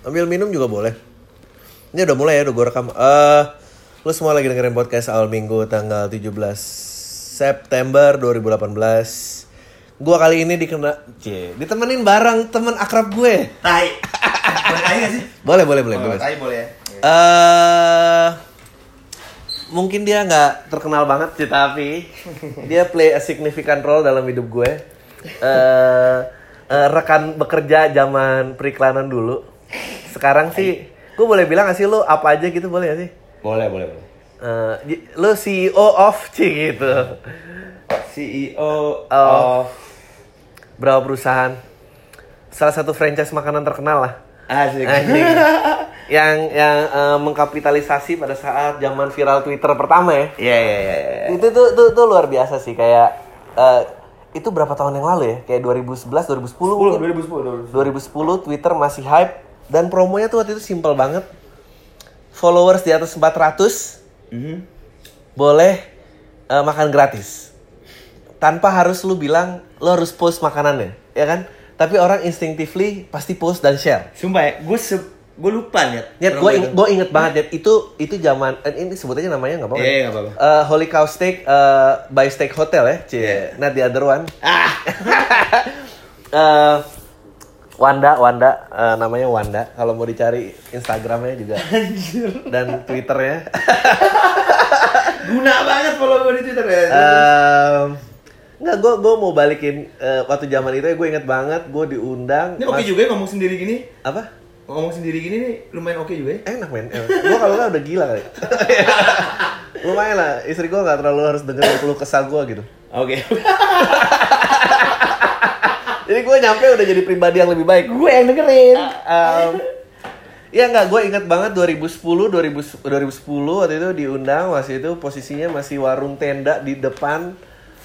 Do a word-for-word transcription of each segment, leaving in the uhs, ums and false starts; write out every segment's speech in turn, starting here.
Ambil minum juga boleh. Ini udah mulai ya, udah gue rekam. Uh, lu semua lagi dengerin podcast awal minggu tanggal tujuh belas September dua ribu delapan belas. Gue kali ini dikena, cie, ditemenin bareng temen akrab gue. Tai. Boleh tai gak sih? Boleh, boleh, boleh. Oh, boleh. Tai boleh ya. Uh, mungkin dia nggak terkenal banget sih, tapi dia play a significant role dalam hidup gue. Uh, uh, rekan bekerja zaman periklanan dulu. Sekarang sih, gue boleh bilang gak sih lu apa aja gitu, boleh gak sih? Boleh, boleh, boleh. Uh, lu C E O of C gitu. C E O of of berapa perusahaan? Salah satu franchise makanan terkenal lah. Asik. Anjing. yang yang uh, mengkapitalisasi pada saat zaman viral Twitter pertama ya. Iya, iya, iya. Itu tuh, tuh tuh luar biasa sih, kayak uh, itu berapa tahun yang lalu ya? Kayak dua ribu sebelas, dua ribu sepuluh mungkin. dua ribu sepuluh, dua ribu sepuluh Twitter masih hype dan promonya tuh waktu itu simple banget. Followers di atas empat ratus Mm-hmm. boleh uh, makan gratis. Tanpa harus lu bilang lu harus post makanannya, ya kan? Tapi orang instinctively pasti post dan share. Sumpah ya, gue se- gue lupa Nyet. Nyet, gue ing- gue inget banget Nyet. Itu itu zaman, ini sebut aja namanya nggak apa-apa. Iya, nggak apa-apa. Uh, Holy Cow Steak uh, by Steak Hotel ya, cie. Yeah. Not the other one. Ah. uh, Wanda, Wanda, uh, namanya Wanda. Kalau mau dicari Instagramnya juga. Anjir. Dan Twitternya. Guna banget follow gue di Twitter ya. Um, Nggak, gue gue mau balikin uh, waktu zaman itu ya, gue inget banget gue diundang. Ini oke okay juga ya ngomong sendiri gini. Apa? Ngomong sendiri gini nih lumayan oke okay juga ya. Enak men. Gue kalau nggak udah gila kali. Lumayan lah. Istri gue nggak terlalu harus dengerin keluh kesah gue gitu. Oke. Okay. Jadi gue nyampe udah jadi pribadi yang lebih baik. Gue yang dengerin. Um, ya nggak, gue inget banget dua ribu sepuluh, dua ribu sepuluh waktu itu diundang, waktu itu posisinya masih warung tenda di depan.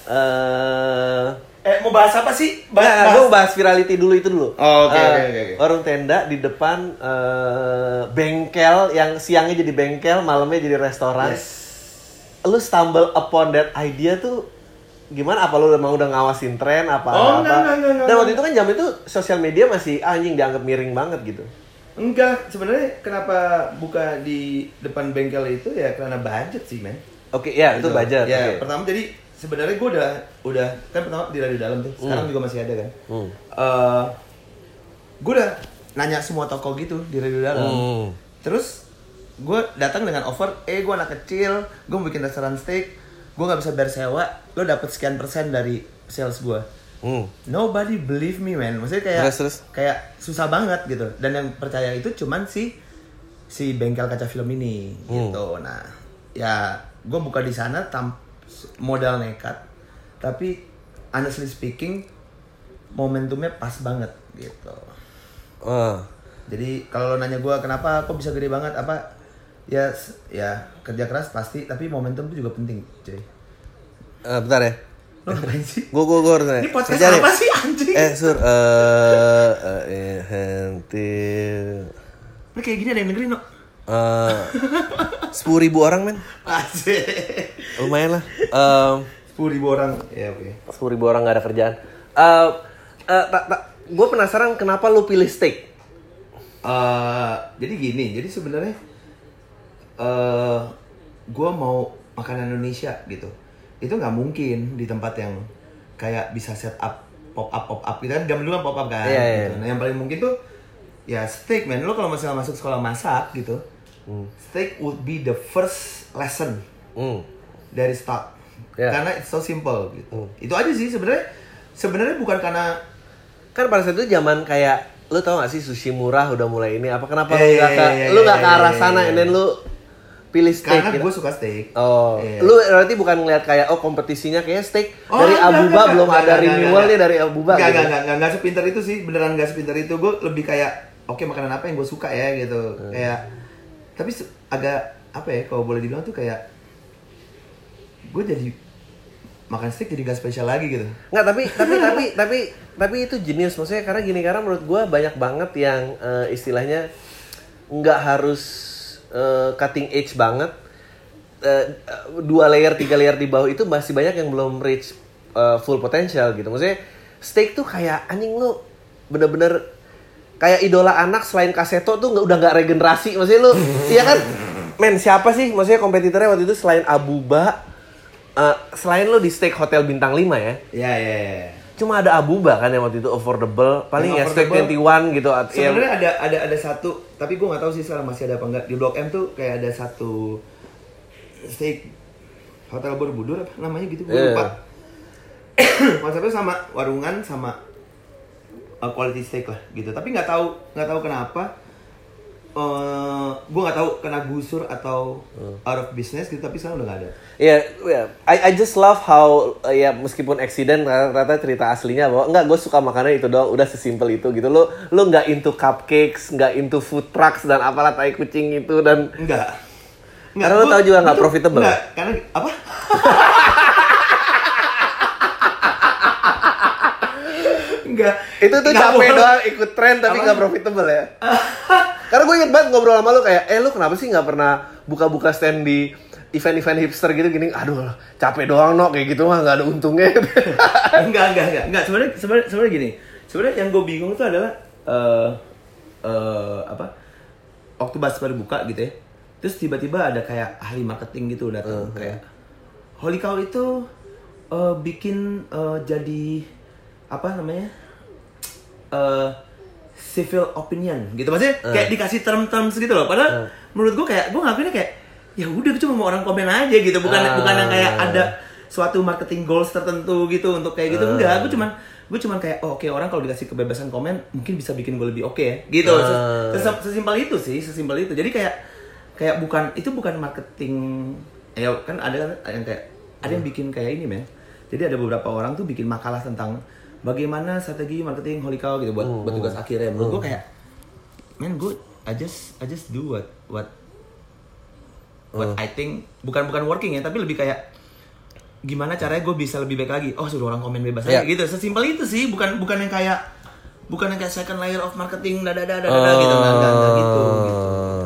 Uh, eh mau bahas apa sih? Bahas, nah, gue bahas virality dulu itu dulu. Oh, oke, uh, oke, oke. Warung tenda di depan uh, bengkel yang siangnya jadi bengkel, malamnya jadi restoran. Yes. Lu stumble upon that idea tuh gimana? Apa lu emang udah ngawasin tren apa Oh, apa? enggak, enggak, enggak, Dan waktu itu kan jam itu sosial media masih ah, anjing dianggap miring banget gitu. Enggak, sebenarnya kenapa buka di depan bengkel itu ya karena budget sih, men. Oke, okay, ya gitu. itu budget. Ya, okay. Pertama jadi sebenarnya gue udah udah kan pertama di radio dalam tuh. Sekarang hmm. juga masih ada kan. Hmm. Uh, gue udah nanya semua toko gitu di radio dalam. Hmm. Terus gue datang dengan offer, eh gue anak kecil, gue mau bikin restoran steak, gue nggak bisa bayar sewa, lo dapet sekian persen dari sales gue. Hmm. Nobody believe me, man. Maksudnya kayak terus, terus. kayak susah banget gitu. Dan yang percaya itu cuman si si bengkel kaca film ini hmm. gitu. Nah, ya gue buka di sana tam modal nekat. Tapi honestly speaking momentumnya pas banget gitu. Uh. Jadi kalau lo nanya gue kenapa kok bisa gede banget, apa ya ya kerja keras pasti, tapi momentum itu juga penting, cuy. Uh, bentar ya. Lo ngapain sih? Gue gue gue harus nanya. Ini podcast Kerja apa sih anjing? Eh sur, eh uh, hentil. Ini kayak gini ada yang dengerin, no? Sepuluh ribu orang men. Asik. Lumayan lah. Um, Sepuluh ribu orang. Ya oke. Okay. Sepuluh ribu orang nggak ada kerjaan. Uh, uh, ta, ta, gue penasaran kenapa lu pilih steak? Uh, jadi gini, jadi sebenarnya uh, gue mau makanan Indonesia gitu. Itu nggak mungkin di tempat yang kayak bisa set up pop up pop up gitu kan. Zaman dulu kan pop up kan. Yeah, yeah. Gitu. Nah yang paling mungkin tuh ya steak, man. Lo kalau masih masuk sekolah masak gitu, hmm. steak would be the first lesson hmm. dari start. Yeah. Karena it's so simple gitu. Hmm. Itu aja sih sebenarnya. Sebenarnya bukan karena kan pada saat itu zaman kayak lu tau gak sih sushi murah udah mulai ini apa kenapa yeah, lu gak ke yeah, lu gak yeah, ke arah yeah, sana yeah, and then lu pilih steak karena gitu? Gue suka steak. Oh, yeah. Lu berarti bukan ngeliat kayak oh kompetisinya kayak steak oh, dari enggak, Abuba enggak, belum enggak, ada enggak, renewal enggak, nih dari Abuba. Enggak, gitu. enggak, enggak, enggak, enggak sepintar itu sih, beneran enggak sepintar itu. Gue lebih kayak oke okay, makanan apa yang gue suka ya gitu. Hmm. Kayak tapi agak apa ya kalau boleh dibilang tuh kayak gue jadi makan steak jadi gak spesial lagi gitu. Nggak, tapi tapi tapi tapi tapi itu jenius maksudnya karena gini, karena menurut gue banyak banget yang uh, istilahnya nggak harus uh, cutting edge banget, uh, dua layer tiga layer di bawah itu masih banyak yang belum reach uh, full potential gitu. Maksudnya steak tuh kayak anjing lu bener-bener kayak idola anak selain Kaseto tuh nggak udah nggak regenerasi, maksudnya lu, iya kan? Men siapa sih, maksudnya kompetitornya waktu itu selain Abuba, uh, selain lu di steak hotel bintang lima ya? Iya iya iya. Cuma ada Abuba kan yang waktu itu affordable, paling yang ya steak dua puluh satu gitu. Sebenarnya ada ada ada satu, tapi gue nggak tahu sih sekarang masih ada apa enggak. Di Blok M tuh kayak ada satu steak Hotel Borobudur apa namanya gitu, gue yeah. lupa. Konsepnya sama warungan sama uh, quality steak lah gitu. Tapi nggak tahu nggak tahu kenapa. Uh, gue nggak tahu kena gusur atau hmm. out of business gitu, tapi sekarang udah nggak ada. Iya, yeah, yeah. I I just love how uh, ya meskipun accident rata-rata cerita aslinya bahwa enggak, gue suka makannya itu doang, udah sesimpel itu gitu. Lo lo nggak into cupcakes, nggak into food trucks dan apalah tai kucing itu dan enggak. Enggak, karena lo tau juga nggak profitable. Enggak, karena apa? Enggak. Itu tuh capek doang ikut tren tapi nggak profitable ya. Karena gue inget banget ngobrol sama lu kayak, eh lu kenapa sih nggak pernah buka-buka stand di event-event hipster gitu gini? Aduh, capek doang no kayak gitu mah nggak ada untungnya. enggak, enggak, enggak, enggak. Sebenarnya, sebenarnya, sebenarnya gini. Sebenarnya yang gue bingung itu adalah uh, uh, apa? Waktu Bas baru buka gitu ya. Terus tiba-tiba ada kayak ahli marketing gitu datang uh, kayak, Holy Cow itu uh, bikin uh, jadi apa namanya? Uh, civil opinion gitu, maksudnya uh. kayak dikasih term-terms gitu loh. Padahal uh. menurut gue kayak gue ngakuinnya kayak ya udah gue cuma mau orang komen aja gitu, bukan uh. bukan yang kayak ada suatu marketing goals tertentu gitu untuk kayak gitu. Uh. Enggak, gue cuman gue cuman kayak oh, oke okay, orang kalau dikasih kebebasan komen mungkin bisa bikin gue lebih oke okay, ya gitu. Uh. Ses- sesimpel itu sih, sesimpel itu. Jadi kayak kayak bukan itu bukan marketing ya kan, ada kan yang kayak ada yang bikin kayak ini men. Jadi ada beberapa orang tuh bikin makalah tentang bagaimana strategi marketing Holy Cow gitu buat uh, buat tugas uh, akhirnya. Menurut uh. gue kayak, man, gue I just I just do what what what uh. I think bukan bukan working ya, tapi lebih kayak gimana caranya gue bisa lebih baik lagi. Oh, suruh orang komen bebas aja yeah. gitu. Sesimpel itu sih, bukan bukan yang kayak bukan yang kayak second layer of marketing dada dada dada uh, gitu, nggak nggak gitu. gitu.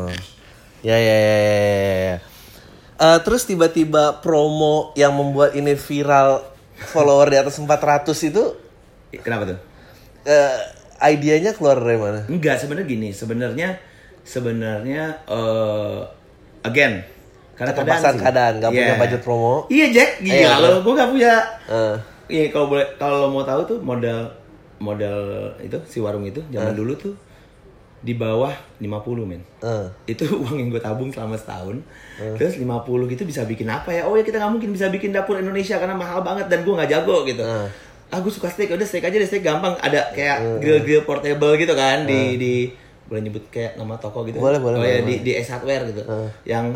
Ya ya ya ya ya. Uh, terus tiba-tiba promo yang membuat ini viral follower di atas empat ratus itu kenapa tuh? Uh, idenya keluar dari mana? Enggak, sebenarnya gini, sebenarnya sebenarnya uh, again karena keadaan keadaan nggak yeah. punya budget promo. Iya Jack, gila yeah. lo, gue nggak punya. Uh. Iya kalau boleh, kalau lo mau tahu tuh modal modal itu si warung itu zaman uh. dulu tuh di bawah lima puluh men. Uh. Itu uang yang gue tabung selama setahun. Uh. Terus lima puluh gitu bisa bikin apa ya? Oh ya kita nggak mungkin bisa bikin dapur Indonesia karena mahal banget dan gue nggak jago gitu. Uh. Ah gue suka steak, udah steak aja deh, steak gampang. Ada kayak uh. grill-grill portable gitu kan uh. di di boleh nyebut kayak nama toko gitu. Boleh, boleh. Oh ya di di Ace Hardware gitu. Uh. Yang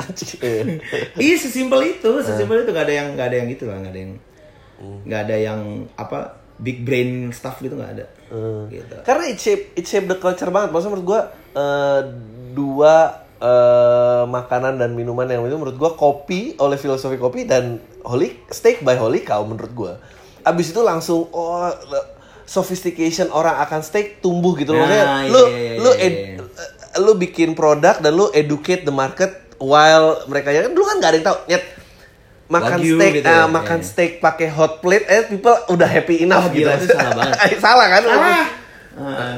iya sesimpel itu, sesimpel uh. itu nggak ada yang nggak ada yang gitu lah, nggak ada yang nggak uh. ada yang apa big brain stuff gitu, nggak ada. Uh. Gitu. Karena it shape it shape the culture banget. Maksudnya menurut gue uh, dua uh, makanan dan minuman yang itu menurut gue kopi oleh filosofi kopi dan Holy Steak by Holy Cow menurut gue. Abis itu langsung oh sophistication orang akan steak tumbuh gitu loh. Nah, lu iya, iya, lu ed, iya. lu bikin produk dan lu educate the market while mereka ya kan dulu kan nggak ada yang tahu nyet makan Wagyu steak gitu, uh, makan iya. steak pakai hot plate eh people udah happy enough oh, gitu. Gila, itu salah banget. Salah kan? Salah. Uh,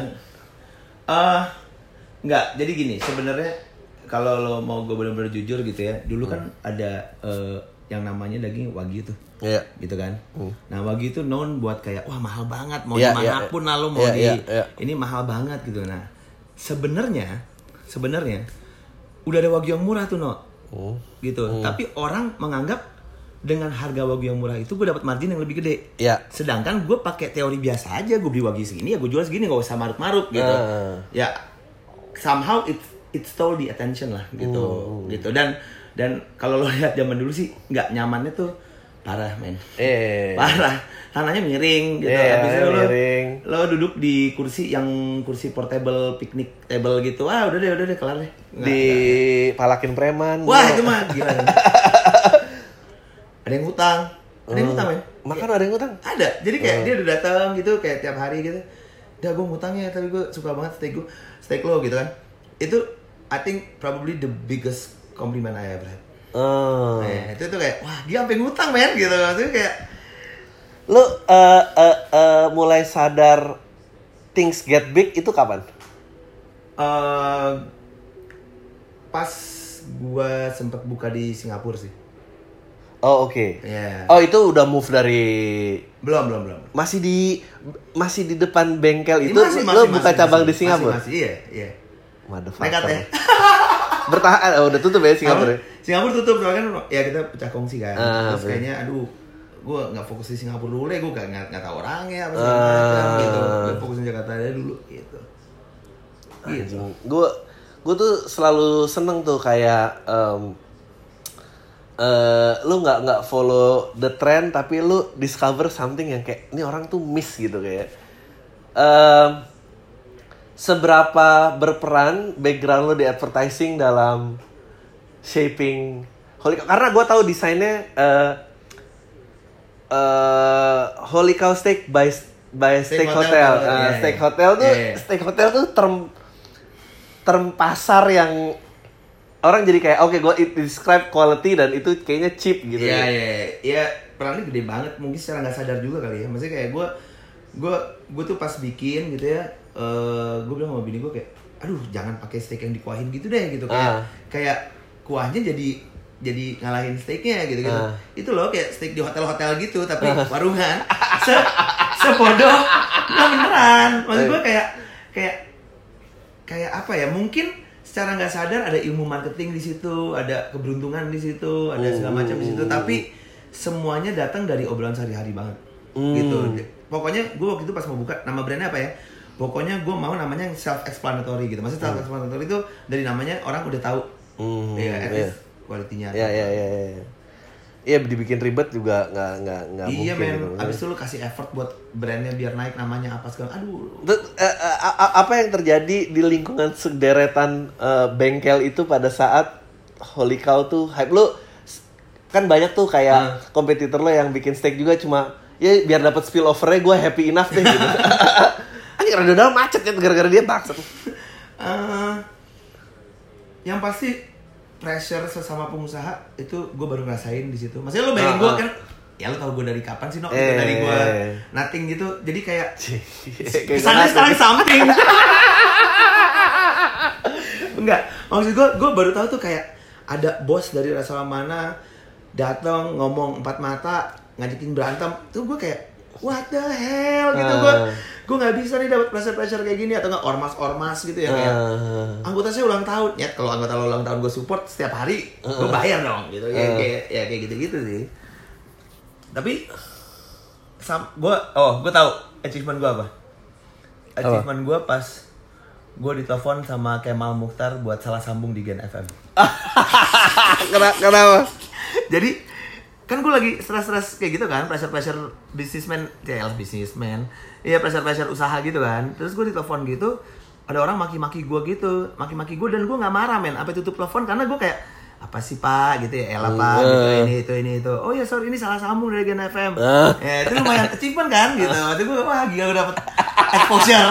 uh, nggak, jadi gini sebenarnya kalau lo mau gue benar-benar jujur gitu ya, dulu hmm. kan ada uh, yang namanya daging Wagyu tuh. Iya. Yeah. Gitu kan. Hmm. Nah, Wagyu itu known buat kayak wah mahal banget, mau yeah, dimanapun yeah, lah lo mau yeah, di yeah, yeah. ini mahal banget gitu. Nah, sebenarnya sebenarnya udah ada Wagyu yang murah tuh, no. Hmm. Gitu. Hmm. Tapi orang menganggap dengan harga Wagyu yang murah itu gue dapat margin yang lebih gede. Yeah. Sedangkan gue pakai teori biasa aja, gue beli Wagyu segini ya gue jual segini, gak usah maruk-maruk gitu. Uh. Ya somehow it it stole the attention lah gitu. Hmm. Gitu. Dan dan kalau lo lihat zaman dulu sih nggak nyamannya tuh parah men, eh. parah, tanahnya miring gitu. Eh, Habis itu lo, miring. lo duduk di kursi yang kursi portable picnic table gitu, wah udah deh udah deh kelar deh. Nggak, di nggak. Palakin preman. Wah itu mah gila. Ada yang hutang, ada yang hutang men. Makan ada yang hutang? Ada, jadi kayak uh. dia udah datang gitu kayak tiap hari gitu. Dah gue ngutangnya tapi gue suka banget steak gue, steak lo gitu kan. Itu I think probably the biggest compliment I ever had. Oh. Nah, itu tuh kayak wah dia sampai ngutang men gitu, maksudnya kayak lu uh, uh, uh, mulai sadar things get big itu kapan? Uh, pas gua sempet buka di Singapura sih. Oh oke. Okay. Yeah. Oh itu udah move dari. Belum belum belum. Masih di masih di depan bengkel itu. Masih, lo masih, buka masih, cabang masih, di Singapura. Masih, masih iya iya. Motherfucker. Nekat ya. Bertahan. Oh, udah tutup ya Singapura. Singapura tutup soalnya kan ya kita pecah kongsi kan. Ah, Terus kayaknya aduh gue nggak fokus di Singapura dulu ya, gue gak nggak tahu orangnya apa segala macam uh, gitu. Gue fokus di Jakarta aja dulu gitu. Gitu. Gue gue tuh selalu seneng tuh kayak um, uh, lu nggak nggak follow the trend tapi lu discover something yang kayak ini orang tuh miss gitu kayak. Um, seberapa berperan background lu di advertising dalam shaping Holy Cow? Karena gue tahu desainnya. Uh, Uh, Holy Cow Steak by by Steak, Steak Hotel. Hotel. Uh, yeah, Steak yeah. Hotel tuh, yeah, yeah. Steak Hotel tuh term term pasar yang orang jadi kayak oke, okay, gue describe quality dan itu kayaknya cheap gitu. Iya yeah, iya, yeah. ya perannya gede banget, mungkin secara nggak sadar juga kali ya. Maksudnya kayak gue gue gue tuh pas bikin gitu ya, uh, gue bilang sama bini gue kayak, aduh jangan pakai steak yang dikuahin gitu deh gitu kayak uh. kayak kuahnya jadi jadi ngalahin steaknya gitu gitu. Uh. Itu loh kayak steak di hotel-hotel gitu tapi uh. warungan. Se sebodoh. Nggak beneran. Maksud gue kayak kayak kayak apa ya? Mungkin secara nggak sadar ada ilmu marketing di situ, ada keberuntungan di situ, ada segala macam di situ. Tapi semuanya datang dari obrolan sehari-hari banget. Mm. Gitu. Pokoknya gue waktu itu pas mau buka nama brandnya apa ya? Pokoknya gue mau namanya self explanatory gitu. Maksudnya self explanatory itu dari namanya orang udah tahu. Mm. Ya, at least Yeah. kualitinya. Iya iya iya iya. Iya dibikin ribet juga nggak nggak nggak mungkin. Iya men, gitu. Abis itu lu kasih effort buat brandnya biar naik namanya apa segala. Aduh. Terus, uh, uh, apa yang terjadi di lingkungan sederetan uh, bengkel itu pada saat Holy Cow tuh hype? Lu kan banyak tuh kayak uh. kompetitor lo yang bikin steak juga cuma ya biar dapat spillovernya gue happy enough deh gitu. Anjir Radio Dalam macet ya gara-gara dia bangsat. uh, yang pasti pressure sesama pengusaha itu gue baru ngerasain di situ. Maksudnya lo bayangin uh, gue kan, ya lo tau gue dari kapan sih, no? Eh, gitu, dari gue nothing gitu. Jadi kayak kesannya sekarang something. Enggak, maksud gue, gue baru tahu tuh kayak ada bos dari restoran mana datang ngomong empat mata ngajakin berantem. Tuh gue kayak what the hell gitu. Gue uh. gue nggak bisa nih dapat pressure-pressure kayak gini atau nggak ormas-ormas gitu ya kayak uh. anggota saya ulang tahun ya, kalau anggota lo ulang tahun gue support setiap hari uh. gue bayar dong gitu uh. ya kayak ya kayak gitu-gitu sih. Tapi sam gue oh gue tahu achievement gue apa achievement gue pas gue ditelepon sama Kemal Mukhtar buat salah sambung di Gen F M. Kenapa? Jadi kan gue lagi stres-stres kayak gitu kan, pressure-pressure businessman, ya businessman, iya pressure-pressure usaha gitu kan. Terus gue ditelepon gitu, ada orang maki-maki gue gitu, maki-maki gue dan gue nggak marah men, apa tutup telepon karena gue kayak apa sih pak gitu ya, elah pak, gitu, ini itu ini itu, oh ya sorry ini salah sambung dari Gen F M, ya itu lumayan achievement kan gitu, waktu gue wah gila gue dapet exposure,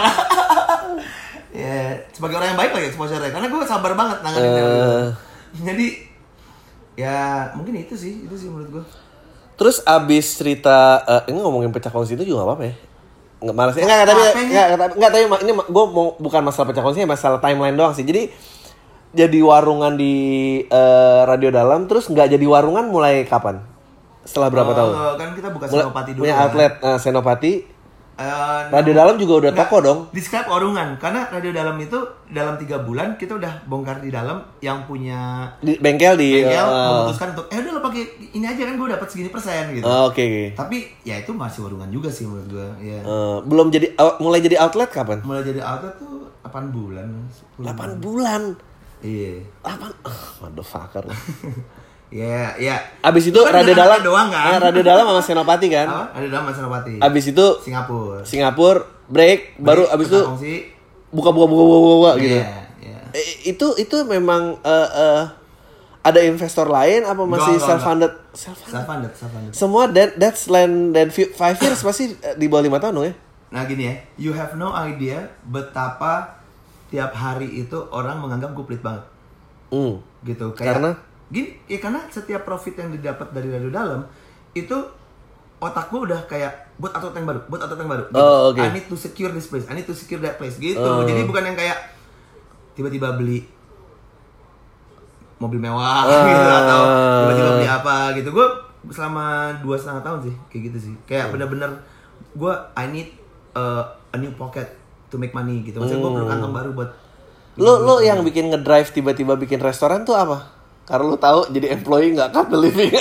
ya sebagai orang yang baik lagi exposure-nya, karena gue sabar banget nanganin uh. jadi ya mungkin itu sih, itu sih menurut gue. Terus abis cerita, uh, ini ngomongin pecah kongsi itu juga gak apa-apa ya? Nggak malas ya? Enggak, tapi enggak, enggak, tapi ini gue mau bukan masalah pecah kongsi, masalah timeline doang sih. Jadi jadi warungan di uh, Radio Dalam, terus nggak jadi warungan mulai kapan? Setelah berapa uh, tahun? Kan kita buka Senopati dulu. Punya kan? outlet uh, Senopati. Uh, Radio Dalam juga udah enggak, toko dong. Describe warungan, karena Radio Dalam itu dalam tiga bulan kita udah bongkar di dalam yang punya di, bengkel di bengkel uh, memutuskan untuk eh udah lo pakai ini aja kan gue dapat segini persen gitu. Uh, Oke. Okay, okay. Tapi ya itu masih warungan juga sih menurut gue. Ya. Uh, belum jadi uh, mulai jadi outlet kapan? Mulai jadi outlet tuh delapan bulan. delapan bulan. Iya. delapan uh, motherfucker. Ya, ya. Abis itu kan Radio Dalam doang kan? Radio Dalam sama Senopati kan? Apa? Radio Dalam sama Senopati. Abis itu Singapura. Singapura break, break baru abis itu buka-buka buka-buka gitu. Iya, iya. E, itu itu memang uh, uh, ada investor lain apa masih enggak, self funded? Self funded, self funded. Semua that that's land dan five years pasti di bawah lima tahun dong ya. Nah gini ya, you have no idea betapa tiap hari itu orang menganggap gue pelit banget. Mm. Gitu kayak karena gini, ya karena setiap profit yang didapat dari Radio Dalam itu otak gue udah kayak buat outlet yang baru, buat outlet yang baru. Gitu. Oh, okay. I need to secure this place, I need to secure that place gitu. Uh. Jadi bukan yang kayak tiba-tiba beli mobil mewah uh. gitu atau tiba-tiba beli apa gitu. Gue selama dua setengah tahun sih kayak gitu sih. Kayak uh. bener-bener gue I need uh, a new pocket to make money gitu. Maksudnya gue perlu kantong baru buat. Lo lo yang bikin ngedrive tiba-tiba bikin restoran tuh apa? Karena lo tahu jadi employee nggak couple living.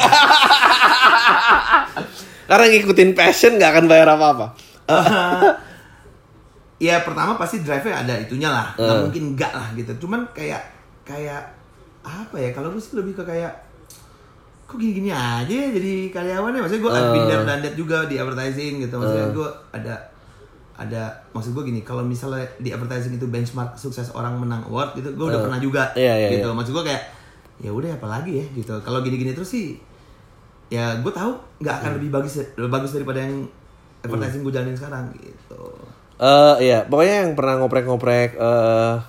Karena ngikutin passion nggak akan bayar apa-apa. Uh, ya pertama pasti drive-nya ada itunya lah. Nggak uh. mungkin enggak lah gitu. Cuman kayak kayak apa ya? Kalau gue sih lebih ke kayak kok gini-gini aja ya jadi karyawannya. Maksudnya gue uh. I've been there done that juga di advertising gitu. Maksudnya uh. gue ada ada maksud gue gini, kalau misalnya di advertising itu benchmark sukses orang menang award gitu, gue udah uh, pernah juga iya, iya, gitu. Iya. Maksud gue kayak ya udah apa lagi ya gitu. Kalau gini-gini terus sih ya gue tahu nggak akan hmm. lebih bagus lebih bagus daripada yang advertising hmm. gue jalanin sekarang gitu. Eh uh, iya, pokoknya yang pernah ngoprek-ngoprek uh,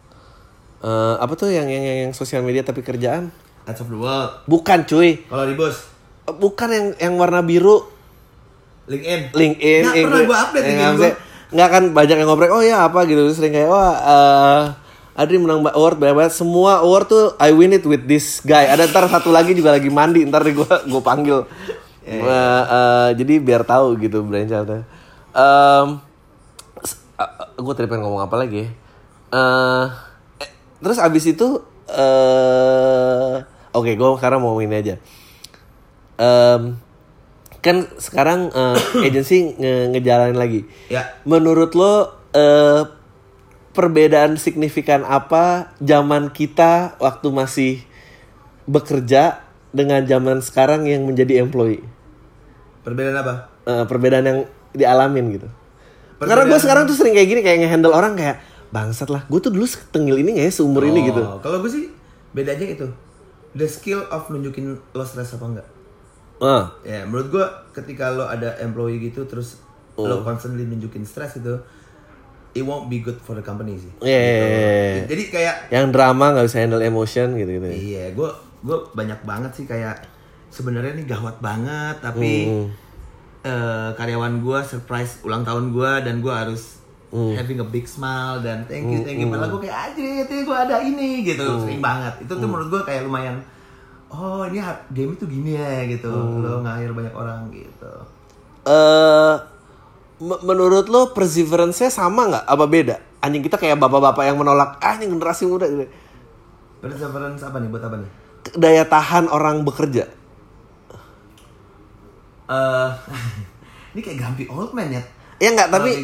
uh, apa tuh yang yang yang, yang sosial media tapi kerjaan? Ads of the World. Bukan cuy. Kalau di bos? Bukan yang yang warna biru. LinkedIn. LinkedIn. Nggak pernah gue update LinkedIn gue. Nggak kan banyak yang ngoprek, oh ya apa gitu. Sering kayak, wah uh, Adri menang award banyak banget. Semua award tuh I win it with this guy. Ada ntar satu lagi juga lagi mandi. Ntar gue gue panggil. Yeah, yeah. Uh, uh, jadi biar tahu gitu branchatnya. Um, uh, gue tadi pengen ngomong apa lagi uh, eh, Terus abis itu uh, Oke okay, gue sekarang mau ini aja. um, Kan sekarang uh, agency nge- ngejalanin lagi. Ya. Menurut lo uh, perbedaan signifikan apa zaman kita waktu masih bekerja dengan zaman sekarang yang menjadi employee? Perbedaan apa? Uh, perbedaan yang dialamin gitu. Perbedaan... Karena gue sekarang tuh sering kayak gini, kayak nge-handle orang kayak bangsat lah. Gue tuh dulu setengil ini gak ya seumur oh, ini gitu. Kalau gue sih bedanya itu the skill of nunjukin lo stress apa enggak. Uh. Ya, menurut gue ketika lo ada employee gitu terus uh. lo constantly nunjukin stress gitu, it won't be good for the company sih. Iya. Yeah, gitu. yeah, yeah. Jadi kayak yang drama nggak bisa handle emotion gitu gitu. Iya, yeah, gue gue banyak banget sih kayak sebenarnya nih gawat banget tapi mm. uh, karyawan gue surprise ulang tahun gue dan gue harus mm. having a big smile dan thank you thank you. Mm. Padahal gue kayak aja, gue ada ini gitu, mm. sering banget. Itu tuh mm. menurut gue kayak lumayan. Oh ini game itu gini ya gitu, hmm. lo nge-hire banyak orang gitu. Uh, m- menurut lo perseverance-nya sama nggak? Apa beda? Anjing kita kayak bapak-bapak yang menolak, ah ini generasi muda gitu. Perseverance apa nih, buat apa nih? Daya tahan orang bekerja. Uh, ini kayak Grumpy Old Man ya? Ya nggak, tapi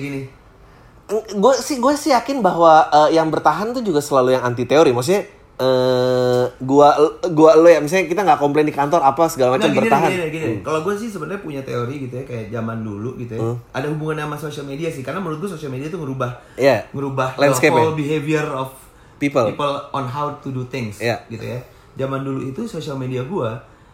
gue sih gue sih yakin bahwa uh, yang bertahan tuh juga selalu yang anti teori, maksudnya. Uh, gua gua lo ya misalnya kita nggak komplain di kantor apa segala macam bertahan. Gini, gini, gini. Hmm. Kalau gue sih sebenarnya punya teori gitu ya kayak zaman dulu gitu ya. Hmm. Ada hubungannya sama social media sih karena menurut gue social media itu ngerubah, yeah. ngerubah the whole behavior of people, people on how to do things, yeah. gitu ya. Zaman dulu itu social media gue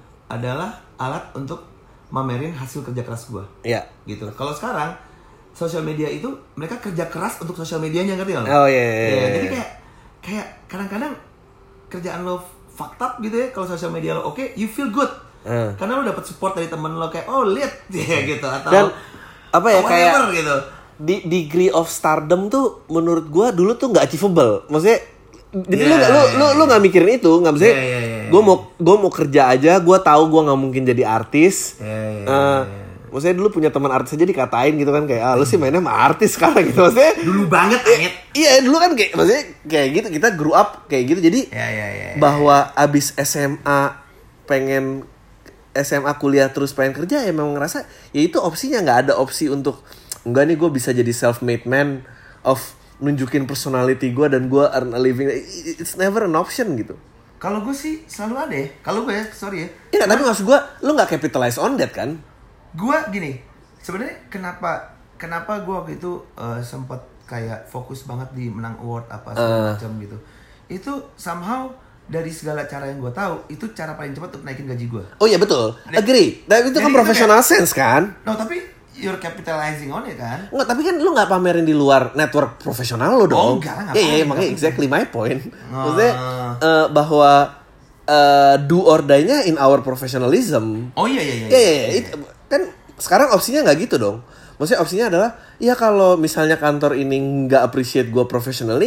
adalah alat untuk mamerin hasil kerja keras gue, yeah. gitu. Kalau sekarang social media itu mereka kerja keras untuk social medianya, ngerti nggak? Oh iya. Yeah, yeah, yeah. Jadi kayak kayak kadang-kadang kerjaan lo fucked up gitu ya, kalau sosial media lo oke, okay, you feel good, uh. karena lo dapet support dari temen lo kayak oh lihat ya gitu atau dan apa ya kayak gitu. Di degree of stardom tuh menurut gua dulu tuh nggak achievable, maksudnya jadi yeah, lu lu lu lu nggak mikirin itu, nggak bisa. Yeah, yeah, yeah, gua mau gua mau kerja aja, gua tahu gua nggak mungkin jadi artis. Yeah, yeah, uh, yeah. Maksudnya dulu punya teman artis aja dikatain gitu kan kayak ah lu sih mainnya sama artis sekarang gitu maksudnya dulu banget eh, iya dulu kan kayak maksudnya kayak gitu kita grew up kayak gitu jadi ya, ya, ya, bahwa ya. Abis S M A pengen S M A kuliah terus pengen kerja ya memang ngerasa ya itu opsinya nggak ada opsi untuk enggak nih gue bisa jadi self made man of nunjukin personality gue dan gue earn a living, it's never an option gitu. Kalau gue sih selalu ada ya, kalau gue ya sorry ya iya tapi maksud gue lu nggak capitalize on that kan. Gue gini, sebenarnya kenapa kenapa gue waktu itu uh, sempat kayak fokus banget di menang award apa segala uh. macam gitu. Itu somehow dari segala cara yang gue tahu itu cara paling cepat untuk naikin gaji gue. Oh iya betul, agree. Tapi itu kan professional kayak, sense kan? No tapi you're capitalizing on it kan? Enggak, tapi kan lu nggak pamerin di luar network profesional lo dong. Oh enggak lah. Iya iya makanya exactly my point. Uh. Maksudnya uh, bahwa uh, do or die-nya in our professionalism. Oh iya iya iya. Iya iya. iya, iya. It, kan sekarang opsinya nggak gitu dong. Maksudnya opsinya adalah ya kalau misalnya kantor ini nggak appreciate gue professionally,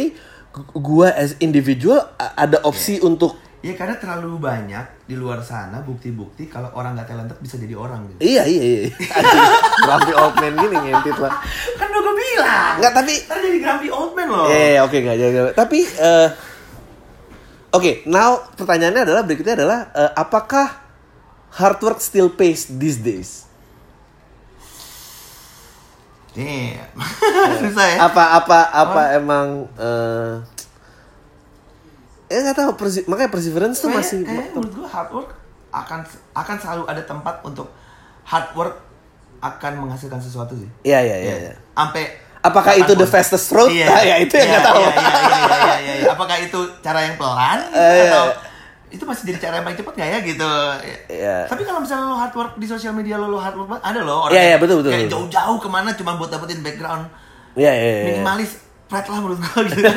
gua as individual ada opsi yeah. untuk ya karena terlalu banyak di luar sana bukti-bukti kalau orang nggak talented bisa jadi orang gitu. Iya iya iya. Grumpy old man gini ngentit lah. Kan udah gue bilang. Nggak tapi. Ntar jadi grumpy old man loh. Eh oke okay, nggak jadi. Tapi uh, oke, okay, now pertanyaannya adalah berikutnya adalah uh, apakah hard work still pays these days? Damn. Susah ya. Apa apa apa oh. emang uh, ya nggak tahu persi- makanya perseverance tuh masih kayak menurut gue hard work akan akan selalu ada tempat untuk hard work akan menghasilkan sesuatu sih. Iya iya iya. Ya. Sampai apakah itu pun. The fastest road? Iya. Nah, ya itu yang nggak iya, tahu. Iya iya iya iya iya. iya. Apakah itu cara yang pelan uh, atau iya. itu masih jadi cara yang paling cepat nggak ya gitu? Iya. Tapi kalau misalnya lo hard work di sosial media lo lo hard work banget, ada loh orang iya, iya, betul, betul, kayak betul. jauh-jauh kemana cuma buat dapetin background. Iya iya. iya. Minimalis, flat lah menurut gue gitu.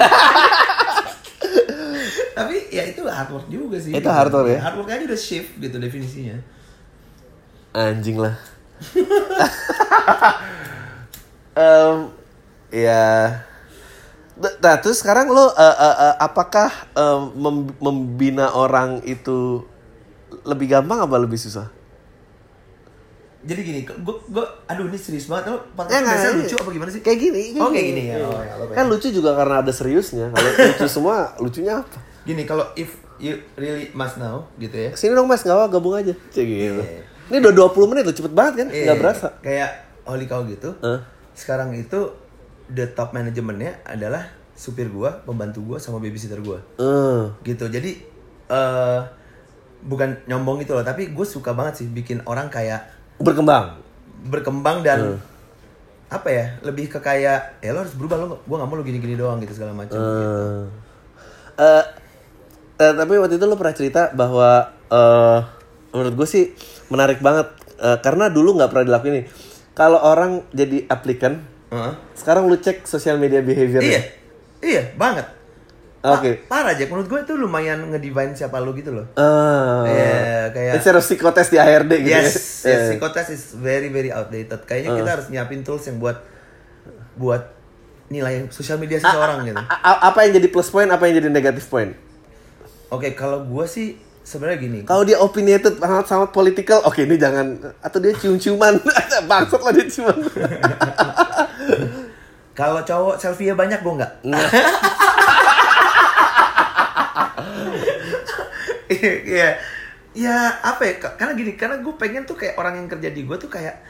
Tapi ya itu hard work juga sih. Itu hard work ya. Hard work aja udah shift gitu definisinya. Anjing lah. um, ya. Nah terus sekarang lo uh, uh, uh, apakah um, mem- membina orang itu lebih gampang apa lebih susah? Jadi gini, gue gue aduh ini serius banget lo. Podcast ya, biasanya lucu apa gimana sih? Kayak gini. Kayak oh gini. kayak gini ya. Oh, ya kan lucu juga karena ada seriusnya. Kalau lucu semua, lucunya apa? Gini, kalau if you really must know gitu ya. Sini dong Mas, enggak gabung aja. Cek gitu. Yeah. Ini udah dua puluh menit loh, cepet banget kan? Enggak yeah. berasa. Kayak Holy Cow gitu. Uh. Sekarang itu the top manajemennya adalah supir gua, pembantu gua sama babysitter gua. Uh. Gitu. Jadi uh, bukan nyombong gitu loh, tapi gue suka banget sih bikin orang kayak berkembang. Berkembang dan uh. apa ya? Lebih ke kayak ya lo harus berubah, lo gua enggak mau lo gini-gini doang gitu segala macam uh. gitu. Uh, uh, tapi waktu itu lo pernah cerita bahwa uh, menurut gue sih menarik banget uh, karena dulu nggak pernah dilakuin ini. Kalau orang jadi applicant, uh-huh. sekarang lu cek sosial media behavior. Iya, iya banget. Oke. Okay. Pa- parah aja, menurut gue itu lumayan ngedivine siapa lu gitu loh. Uh, yeah, kayak. Instead of psikotes di H R D gitu. Yes, ya. yes, psikotes is very very outdated. Kayaknya uh. kita harus nyiapin tools yang buat buat nilai sosial media seseorang a- gitu. A- a- apa yang jadi plus point, apa yang jadi negatif point? Oke, okay, kalau gue sih sebenarnya gini. Kalau dia opinionated sangat sangat political, oke okay, ini jangan. Atau dia cium-ciuman, bangsat lah dia ciuman. Kalau cowok selfie-nya banyak, gue nggak. Iya, ya apa ya? Karena gini, karena gue pengen tuh kayak orang yang kerja di gue tuh kayak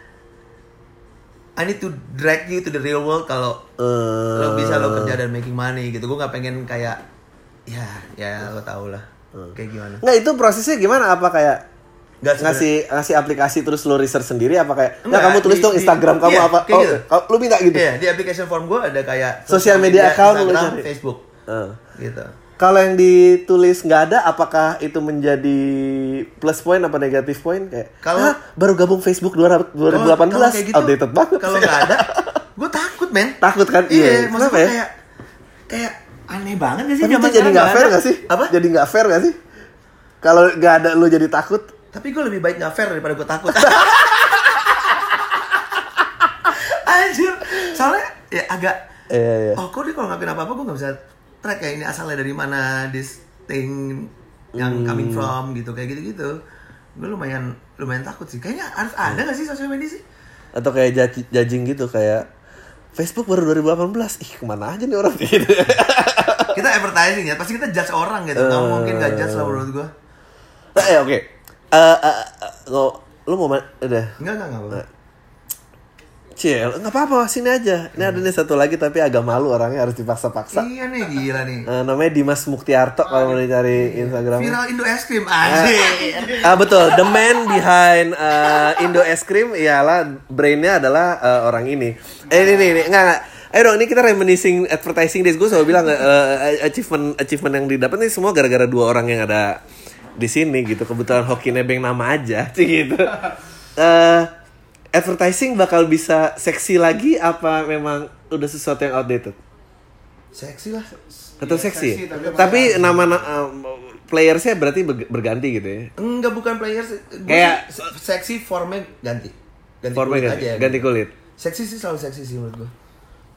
I need to drag you to the real world kalau uh, lo bisa lo kerja dan making money gitu. Gue nggak pengen kayak ya ya lo tau lah uh. kayak gimana. Nggak, itu prosesnya gimana? Apa kayak nggak ngasih ngasih aplikasi terus lo research sendiri apa kayak nggak kamu tulis di, dong Instagram di, kamu iya, apa? Oh, gitu. Lo minta gitu? Iya, di application form gue ada kayak social media, media account Instagram, Facebook, uh. gitu. Kalau yang ditulis nggak ada, apakah itu menjadi plus point apa negatif point? Kayak, kalau baru gabung Facebook dua ribu delapan belas, gitu, outdated banget. Kalau nggak ada, gue takut men. Takut kan? Iya, maksudnya ya? kayak kayak aneh banget gak sih? Tapi itu jadi nggak fair nggak sih? Apa? Jadi nggak fair nggak sih? Kalau nggak ada lo jadi takut? Tapi gue lebih baik nggak fair daripada gue takut. Anjir, soalnya ya agak. Iya, iya. Oh, kok dia kalau ngelakuin apa-apa gue nggak bisa track kayak ini asalnya dari mana, this thing yang hmm. coming from gitu, kayak gitu-gitu. Gue lumayan lumayan takut sih. Kayaknya harus ada nggak sih sosial media sih? Atau kayak judging gitu, kayak Facebook baru dua ribu delapan belas. Ih, kemana aja nih orang gitu. Kita advertising ya, pasti kita judge orang gitu. Nggak uh, mungkin nggak judge lah menurut gue. Nah, ya oke. Okay. Uh, uh, uh, lu mau ma- udah? Enggak, enggak, enggak apa-apa. Cil, nggak apa-apa, sini aja. Ini hmm. ada nih satu lagi tapi agak malu orangnya, harus dipaksa-paksa. Iya nih, gila nih. Uh, namanya Dimas Muktiarto, kalau mau dicari Instagram. Viral Indo Es Krim aja. Ah uh, betul, the man behind uh, Indo Es Krim ialah brainnya adalah uh, orang ini. Eh ini nih, nih. enggak enggak. Ayo dong, ini kita reminiscing advertising days. Gue selalu bilang uh, achievement achievement yang didapat nih semua gara-gara dua orang yang ada di sini gitu. Kebetulan hoki nebeng nama aja, gitu. Uh, Advertising bakal bisa seksi lagi apa memang udah sesuatu yang outdated? Seksi lah. Tetap ya, seksi. seksi tapi tapi nama uh, playersnya berarti berganti gitu ya? Enggak, bukan players. Kayak seksi formnya ganti. Ganti formnya kulit ganti, aja. Ganti kulit. Seksi sih selalu seksi sih menurut gue.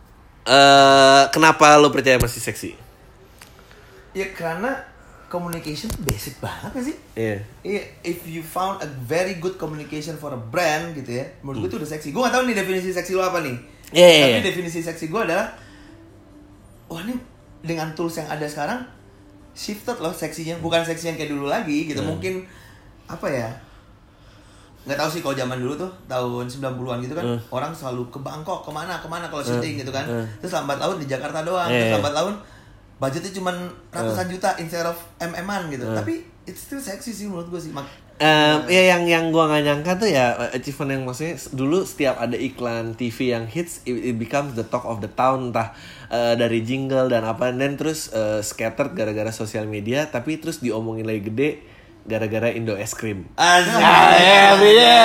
uh, kenapa lo percaya masih seksi? Ya karena communication tuh basic banget gak sih? Iya. Yeah. If you found a very good communication for a brand gitu ya, menurut gue tuh udah seksi. Gue gak tahu nih definisi seksi lo apa nih. Iya. Yeah, Tapi yeah. definisi seksi gue adalah, wah ini dengan tools yang ada sekarang shifted loh seksinya, bukan seksi yang kayak dulu lagi gitu. Hmm. Mungkin apa ya? Nggak tahu sih kalau zaman dulu tuh tahun sembilan puluhan gitu kan, hmm. orang selalu ke Bangkok, kemana kemana kalau syuting hmm. gitu kan. Hmm. Terus lambat laun di Jakarta doang, yeah. Terus lambat laun budgetnya cuma ratusan uh. juta instead of M-an gitu. Uh. Tapi it's still seksi sih menurut gue sih. Mak- um, ya yang yang gue nggak nyangka tuh ya achievement yang maksudnya dulu setiap ada iklan T V yang hits it, it becomes the talk of the town, entah uh, dari jingle dan apa, dan terus uh, scattered gara-gara sosial media, tapi terus diomongin lagi gede gara-gara Indo es krim. Asik. Ya, ya.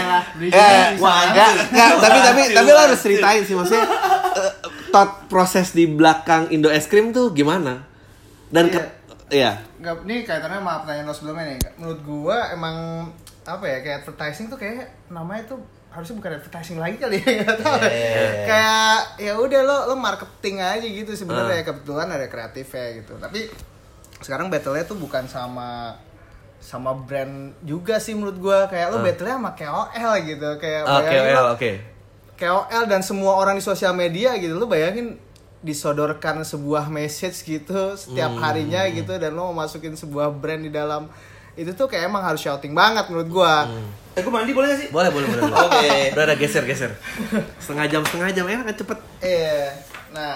Tapi tapi tapi lo harus ceritain sih maksudnya uh, thought proses di belakang Indo es krim tuh gimana? Dan iya. ke iya. Enggak, ini kaitannya sama pertanyaan lo sebelumnya nih. Menurut gua emang apa ya, kayak advertising tuh kayak namanya tuh harusnya bukan advertising lagi kali ya, enggak tahu. Yeah. Kayak ya udah lo lo marketing aja gitu sebenarnya. Uh. Kebetulan ada kreatifnya gitu. Tapi sekarang battle-nya tuh bukan sama sama brand juga sih menurut gue, kayak lo uh. battle-nya sama K O L gitu, kayak uh, bayangin K O L, lo, okay. K O L dan semua orang di sosial media gitu, lo bayangin disodorkan sebuah message gitu setiap harinya hmm. gitu, dan lo mau masukin sebuah brand di dalam itu tuh kayak emang harus shouting banget menurut gue. Hmm. Eh gue mandi boleh gak sih? Boleh boleh boleh. Oke. Okay. Udah ada geser geser. Setengah jam setengah jam enak kan cepet. Iya. Nah.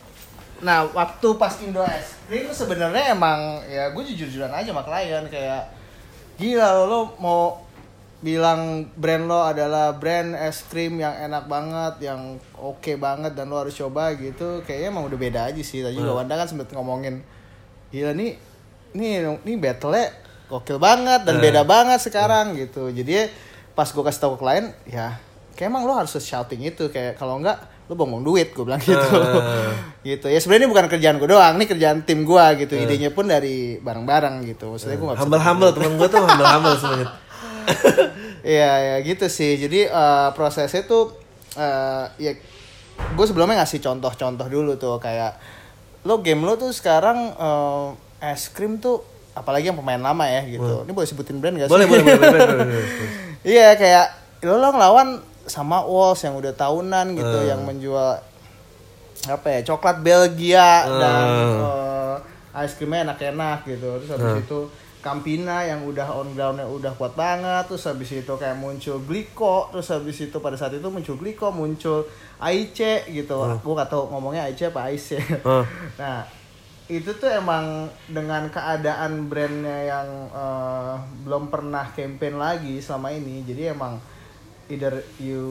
Nah, waktu pas Indo es krim sebenarnya emang ya gue jujur-jujuran aja sama klien, kayak gila lo, lo mau bilang brand lo adalah brand es krim yang enak banget, yang oke okay banget dan lo harus coba gitu, kayaknya emang udah beda aja sih. Tadi juga Wanda kan sempet ngomongin gila nih nih nih battle-nya gokil banget dan beda banget sekarang gitu. Jadi pas gue kasih tau ke klien, ya kayak emang lo harus shouting itu, kayak kalau enggak lo bongbong duit, gue bilang gitu. Uh. Gitu. Ya sebenarnya ini bukan kerjaan gue doang, ini kerjaan tim gue gitu. Uh. Idenya pun dari bareng-bareng gitu. Maksudnya gue enggak bisa humble-humble, temen gue tuh humble-humble semuanya. Iya, ya gitu sih. Jadi uh, prosesnya tuh uh, ya gue sebelumnya ngasih contoh-contoh dulu tuh, kayak lo game lo tuh sekarang uh, es krim tuh apalagi yang pemain lama ya gitu. Uh. Ini boleh sebutin brand gak sih? Boleh, boleh, boleh, boleh, boleh, boleh. Iya, kayak lo lo ngelawan sama Walls yang udah tahunan gitu, uh. yang menjual apa ya, coklat Belgia uh. dan uh, ice creamnya enak-enak gitu. Terus habis uh. itu Campina yang udah on groundnya udah kuat banget. Terus habis itu kayak muncul Glico. Terus habis itu pada saat itu muncul Glico, muncul Aice gitu. uh. Gue gak tau ngomongnya Aice apa Aice. uh. Nah itu tuh emang dengan keadaan brandnya yang uh, belum pernah campaign lagi selama ini, jadi emang either you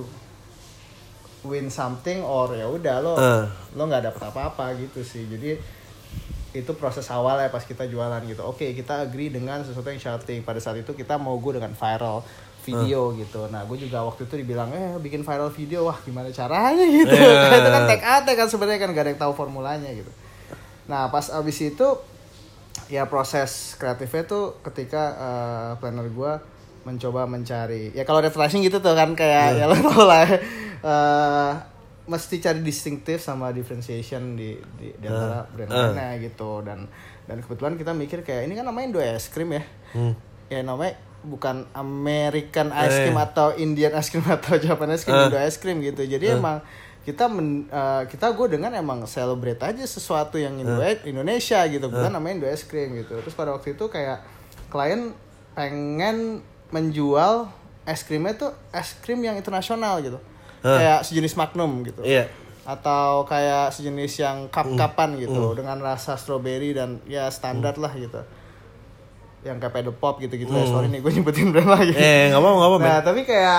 win something or ya udah lo uh. lo nggak dapet apa-apa gitu sih. Jadi itu proses awalnya pas kita jualan gitu. Oke, kita agree dengan sesuatu yang shouting. Pada saat itu kita mau go dengan viral video uh. gitu. Nah gue juga waktu itu dibilang eh bikin viral video, wah gimana caranya gitu. Yeah. Itu kan take ate kan sebenarnya, kan gak ada yang tahu formulanya gitu. Nah pas abis itu ya proses kreatifnya tuh ketika uh, planner gue mencoba mencari, ya kalau advertising gitu tuh kan kayak yeah. ya lo tau lah uh, mesti cari distinctive sama differentiation di di, di antara uh. brand-brandnya uh. gitu. Dan dan kebetulan kita mikir kayak ini kan namanya Indo es krim ya, hmm. ya namanya bukan American ice cream uh. atau Indian ice cream atau Japanese ice cream, uh. Indo es krim gitu. Jadi uh. emang kita men, uh, kita gue dengan emang celebrate aja sesuatu yang Indo uh. Indonesia gitu, bukan uh. namanya Indo es krim gitu. Terus pada waktu itu kayak klien pengen menjual es krimnya tuh es krim yang internasional gitu, huh. kayak sejenis Magnum gitu, yeah. atau kayak sejenis yang cup-cupan gitu, mm. dengan rasa strawberry dan ya standar mm. lah gitu, yang kayak Pedal Pop gitu-gitu. Mm. Eh, sorry nih gue nyebutin brand lagi. Eh nggak mau nggak mau. Nah tapi kayak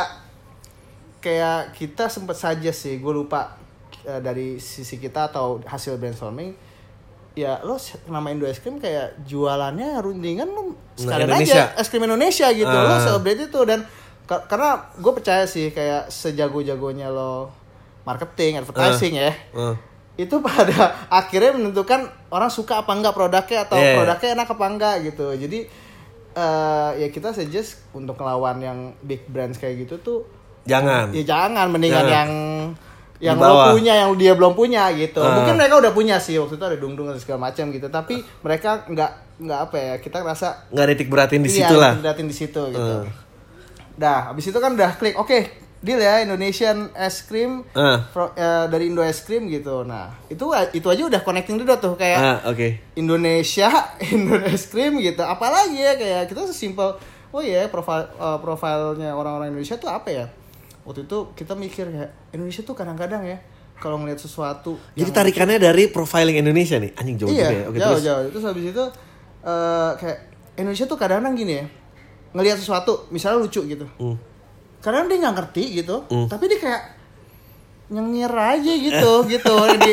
kayak kita sempet saja sih, gue lupa uh, dari sisi kita atau hasil brainstorming. Ya lo nama Indo es krim kayak jualannya rundingan lo sekalian nah, aja es krim Indonesia gitu, uh. lo celebrate itu. Dan k- karena gue percaya sih kayak sejago-jagonya lo marketing, advertising uh. ya uh. itu pada akhirnya menentukan orang suka apa enggak produknya, atau yeah. produknya enak apa enggak gitu. Jadi uh, ya kita suggest untuk ngelawan yang big brands kayak gitu tuh jangan, ya jangan, mendingan jangan. yang yang Di bawah. lo punya, yang dia belum punya gitu. Uh. Mungkin mereka udah punya sih waktu itu ada dung-dung dan segala macam gitu, tapi mereka nggak nggak apa ya, kita ngerasa Nggak nitik beratin di iya, situ lah. diliatin di situ gitu. Uh. Dah, habis itu kan udah klik, oke, deal ya Indonesian ice cream Uh. fro- eh, dari Indo Ice Cream gitu. Nah, itu itu aja udah connecting dulu tuh kayak Ah, oke. Indonesia, Indo Ice Cream gitu. Apalagi ya kayak kita sesimpel, oh iya profil uh, profilnya orang-orang Indonesia tuh apa ya? Waktu itu kita mikir kayak Indonesia tuh kadang-kadang ya kalau ngeliat sesuatu Jadi yang- tarikannya dari profiling Indonesia nih. Anjing jauh iya, juga ya. Oke, jauh terus. jauh. Terus habis itu uh, kayak Indonesia tuh kadang-kadang gini ya, ngelihat sesuatu misalnya lucu gitu. Hmm. Kadang dia nggak ngerti gitu, Hmm. tapi dia kayak nyengir aja gitu gitu di,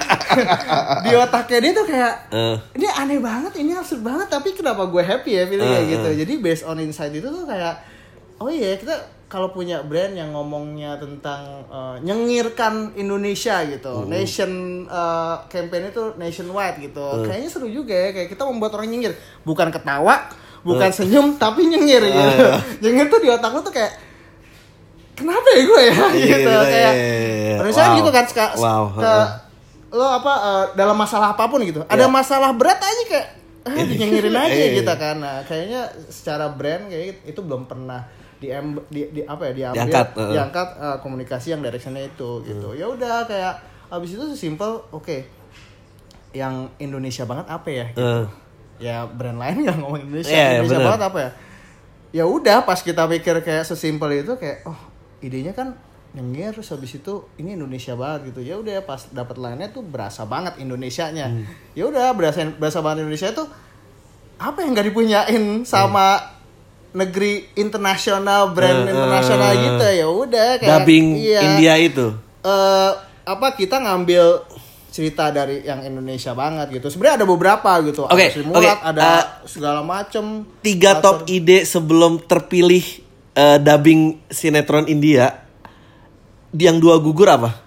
di otaknya dia tuh kayak Uh. ini aneh banget, ini absurd banget, tapi kenapa gue happy ya feeling kayak Uh, gitu. uh. Jadi based on insight itu tuh kayak oh iya kita kalau punya brand yang ngomongnya tentang uh, nyengirkan Indonesia gitu, Uh. nation uh, campaign itu nationwide gitu, Uh. kayaknya seru juga ya, kayak kita membuat orang nyengir, bukan ketawa, bukan Uh. senyum, tapi nyengir gitu. Uh. Nyengir tuh di otak lu tuh kayak kenapa ya gue ya Iya, gitu gitu, kayak iya, iya, iya. Indonesia Wow. gitu kan ke, Wow, ke uh. lo apa uh, dalam masalah apapun gitu, ada Iya. masalah berat aja kayak eh, dinyengirin aja Iya, iya. gitu kan. Nah, kayaknya secara brand kayak itu belum pernah di, di, di apa ya diambil Diangkat, uh. diangkat uh, komunikasi yang directionnya itu gitu. Hmm. Ya udah kayak abis itu sesimpel oke yang Indonesia banget apa ya gitu. Uh. Ya brand lain nggak ngomong Indonesia, Iya, Indonesia bener. banget apa ya? Ya udah pas kita pikir kayak sesimpel itu kayak oh idenya kan nyengir, terus habis itu ini Indonesia banget gitu. Ya udah pas dapat lainnya tuh berasa banget Indonesianya. Hmm. Ya udah berasa berasa banget Indonesia tuh apa yang nggak dipunyain sama negeri internasional, brand Uh, uh, internasional gitu. Ya udah kayak Dubbing iya, India itu. eh, apa kita ngambil cerita dari yang Indonesia banget gitu. Sebenarnya ada beberapa gitu. Oke, Ada Sri Mulat, oke, ada uh, segala macem. Tiga top ide sebelum terpilih eh, dubbing sinetron India. Yang dua gugur apa?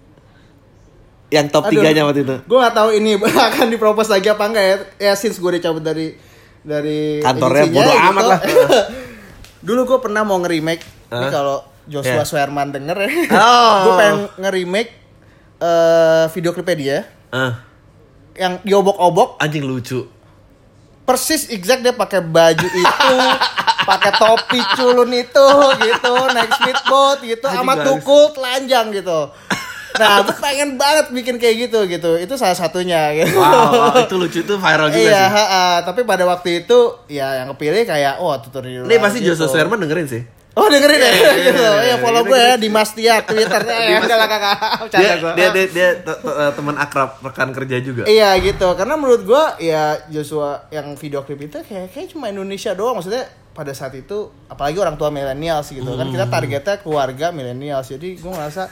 Yang top Aduh, tiganya waktu itu. Gue gak tahu ini akan dipropose lagi apa enggak ya. Ya since gue udah cabut dari dari Kantornya agensinya bodo amat lah. Dulu gue pernah mau nge-remake. Ini Hah? kalau Joshua Yeah. Swerman denger ya. Oh. Gue pengen nge-remake eh, video klipnya dia. Ah, Yang diobok-obok. anjing lucu. Persis exact dia pakai baju itu, pakai topi culun itu gitu, naik speedboat gitu, Anjing sama garis. tukul telanjang gitu. Nah, gue pengen banget bikin kayak gitu gitu. Itu salah satunya gitu. Wow, wow, itu lucu, itu viral juga Iya, sih. ha, ha. Tapi pada waktu itu ya yang kepilih kayak oh tutorial. Ini pasti gitu. Joshua Swerman dengerin sih. Oh dengerin ya, Iya, gitu. iya, iya, Ya follow iya, gue iya. ya di Mas Tia Twitternya ya. Udah lah kakak, Dia bercanda gue. dia dia, dia te- te- eh, teman akrab rekan kerja juga. Iya gitu, karena menurut gue ya Joshua yang video klip itu kayak kayak cuma Indonesia doang, maksudnya pada saat itu apalagi orang tua millennials gitu kan, kita targetnya keluarga millennials, jadi gue ngerasa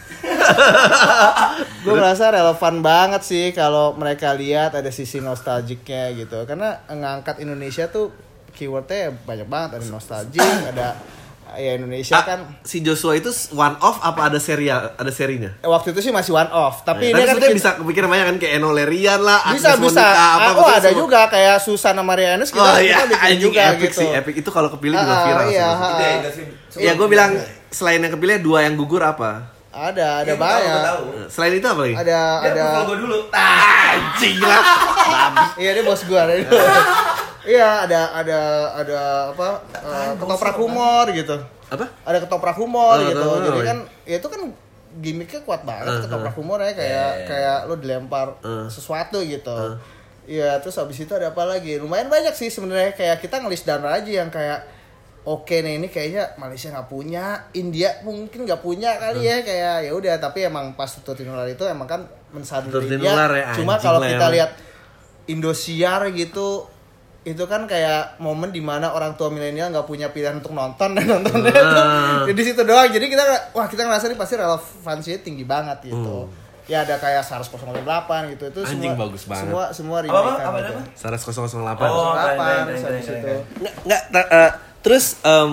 gue ngerasa relevan banget sih kalau mereka lihat ada sisi nostalgiknya gitu, karena ngangkat Indonesia tuh keywordnya banyak banget, ada nostalgic, ada ya Indonesia Ah, kan. si Joshua itu one off apa ada seri ada serinya? Waktu itu sih masih one off, tapi Tapi ini kan maksudnya kita- bisa kepikiran banyak kan kayak Eno Lerian lah, bisa Agnes bisa. Monica, apa Ah, oh maksudnya ada semua- juga kayak Susana Marianus kita, Oh kita iya, bikin anjing juga epic gitu. sih, epic itu kalau kepilih juga Ah, viral iya, sih. ah. Ide industri. Iya, gue bilang selain yang kepilih dua yang gugur apa? Ada, ada Iya, gua tahu, banyak. gua tahu. Selain itu apa lagi? Ada, Dia ada. approval gua dulu. Anjing lah. Iya dia bos gua. Ada. Iya ada, ada, ada apa? eh, ketoprak humor gitu. Apa? Ada ketoprak humor Oh, gitu. ketoprak Jadi humor. kan, ya itu kan gimmicknya kuat banget Uh, ketoprak uh. humor ya kayak Yeah. kayak lo dilempar Uh. sesuatu gitu. Uh. Iya terus habis itu ada apa lagi? Lumayan banyak sih sebenarnya, kayak kita ngelis down aja yang kayak oke nih ini kayaknya Malaysia nggak punya, India mungkin nggak punya kali ya, kayak ya udah, tapi emang pas tutur nular itu emang kan mensandur Tutur India. nular ya, Cuma anjing kalau lah kita emang. lihat Indosiar gitu, itu kan kayak momen dimana orang tua milenial nggak punya pilihan untuk nonton dan nontonnya itu Ah. di situ doang. Jadi kita wah kita ngerasa nih pasti relevansinya tinggi banget gitu. Ya ada kayak SARS nol nol delapan gitu, itu Anjing, semua bagus banget. semua semua Apa, remake apa, apa gitu. nama? Saras nol nol delapan. Oh, keren, Delapan, keren, terus keren, habis keren, itu. keren. Nggak, nggak ta- eh, terus em,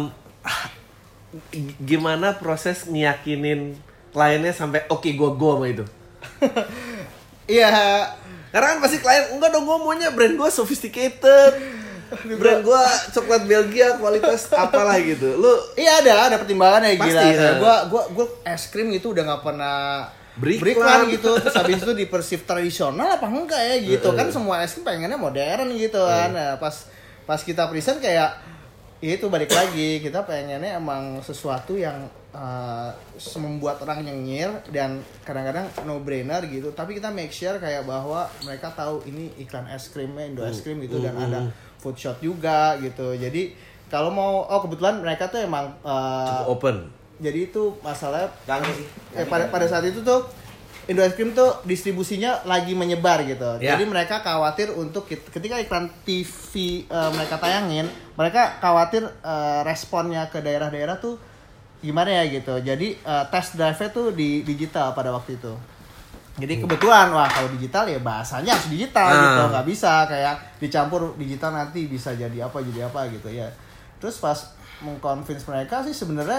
gimana proses ngiyakinin kliennya sampai oke gua gua sama itu? Iya. Karena kan pasti klien enggak dong, gua maunya brand gua sophisticated. Brand gua coklat Belgia kualitas apalah gitu. Lu Iya ada, ada pertimbangannya Pasti, gila. Kayak ya. gua gua gua es krim itu udah nggak pernah beriklan gitu, terus habis itu di persif tradisional apa enggak ya gitu kan, semua es krim pengennya modern gitu kan. Nah, pas pas kita present kayak itu balik lagi, kita pengennya emang sesuatu yang uh, membuat orang nyengir dan kadang-kadang no brainer gitu, tapi kita make sure kayak bahwa mereka tahu ini iklan es krimnya Indo es krim gitu, dan ada food shot juga gitu. Jadi kalau mau, oh kebetulan mereka tuh emang uh, cukup open. Jadi itu masalah Gangi sih. eh, pada pada saat itu tuh Indo es krim tuh distribusinya lagi menyebar gitu. Ya. Jadi mereka khawatir untuk ketika iklan T V uh, mereka tayangin, mereka khawatir uh, responnya ke daerah-daerah tuh gimana ya gitu. Jadi uh, test drive-nya tuh di digital pada waktu itu. Jadi kebetulan wah kalau digital ya bahasanya harus digital ah. gitu, nggak bisa kayak dicampur digital nanti bisa jadi apa jadi apa gitu ya. Terus pas mengconvince mereka sih sebenarnya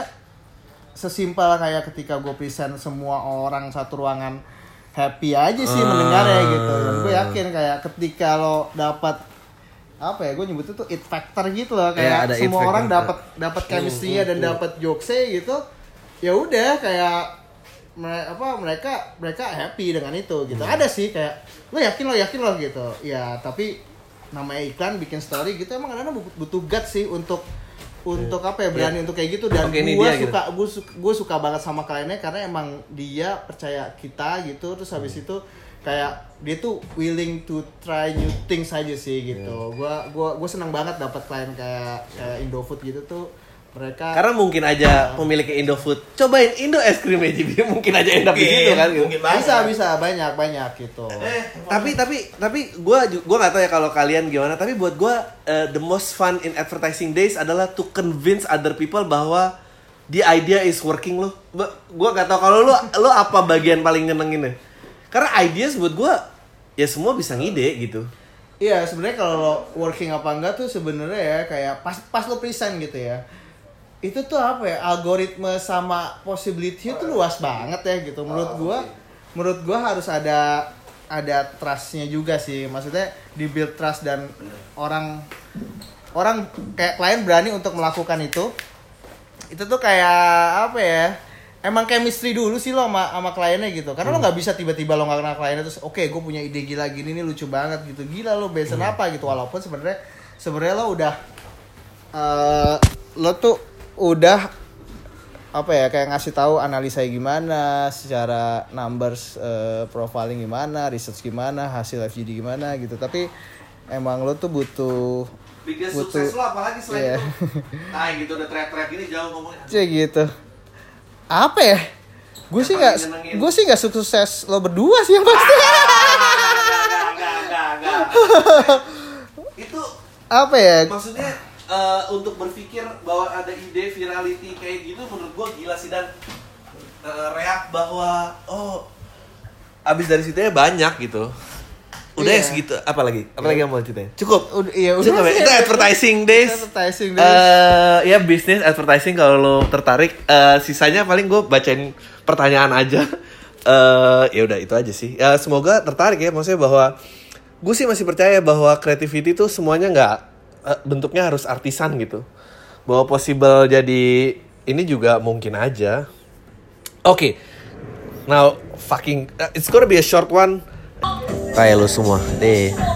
sesimpel kayak ketika gue present semua orang satu ruangan happy aja sih uh. mendengarnya gitu. Dan gue yakin kayak ketika lo dapat apa ya, gue nyebutnya tuh it factor gitu loh, kayak ya, semua orang dapat dapat chemistry-nya dan dapat jokes-nya gitu. Ya udah kayak mereka apa mereka mereka happy dengan itu gitu. Hmm. Ada sih kayak lo yakin lo yakin lo gitu. Ya, tapi namanya iklan bikin story gitu emang kadang-kadang butuh guts sih untuk untuk apa ya berani yeah. untuk kayak gitu. Dan gue suka gitu. gue suka gue suka banget sama kliennya karena emang dia percaya kita gitu, terus habis itu kayak dia tuh willing to try new things aja sih gitu. Gue yeah. gue gue senang banget dapat klien kayak, kayak Indofood gitu tuh. Mereka karena mungkin aja uh, memiliki Indofood cobain Indo es krim J B, mungkin aja end up di situ kan gitu. Bisa bisa banyak banyak gitu. Eh, tapi tapi tapi gue gue nggak tahu ya kalau kalian gimana, tapi buat gue uh, the most fun in advertising days adalah to convince other people bahwa the idea is working lo. Gue nggak tahu kalau lo lo apa bagian paling nyenenginnya. Karena ideas buat gue ya semua bisa ngide gitu. Iya, sebenarnya kalau working apa enggak tuh sebenarnya ya kayak pas pas lo present gitu ya. Itu tuh apa ya, algoritma sama possibility itu luas banget ya gitu. Menurut gua menurut gua harus ada ada trust-nya juga sih. Maksudnya di build trust dan orang orang kayak klien berani untuk melakukan itu. Itu tuh kayak apa ya? Emang chemistry dulu sih lo sama, sama kliennya gitu. Karena hmm. lo nggak bisa tiba-tiba lo nggak kenal kliennya terus oke okay, gue punya ide gila gini nih lucu banget gitu. Gila lo based hmm. apa gitu. Walaupun sebenarnya sebenarnya lo udah uh, lo tuh udah apa ya kayak ngasih tahu analisa gimana, secara numbers uh, profiling gimana, research gimana, hasil F G D gimana gitu. Tapi emang lo tuh butuh biggest butuh, sukses lo apalagi selain yeah. itu. Nah gitu udah track-track ini jauh ngomongnya. Cek gitu. Apa ya? Gue sih nggak, gue sih nggak sukses lo berdua sih yang pasti. Enggak, enggak, enggak, enggak. Itu apa ya? Maksudnya uh, untuk berpikir bahwa ada ide virality kayak gitu menurut gue gila sih, dan uh, reak bahwa oh abis dari situ ya banyak gitu. Udah iya. ya segitu, apa lagi? Apa lagi yang mau ceritain? Cukup. Udah, iya, udah Cukup ya? Itu advertising days. Advertising days. Uh, ya bisnis advertising kalau lo tertarik. Uh, sisanya paling gue bacain pertanyaan aja. Uh, ya udah itu aja sih. Ya semoga tertarik ya, maksudnya bahwa gue sih masih percaya bahwa creativity tuh semuanya nggak uh, bentuknya harus artisan gitu. Bahwa possible jadi ini juga mungkin aja. Oke. Okay. Now fucking uh, it's gonna be a short one. Kayak lu semua deh.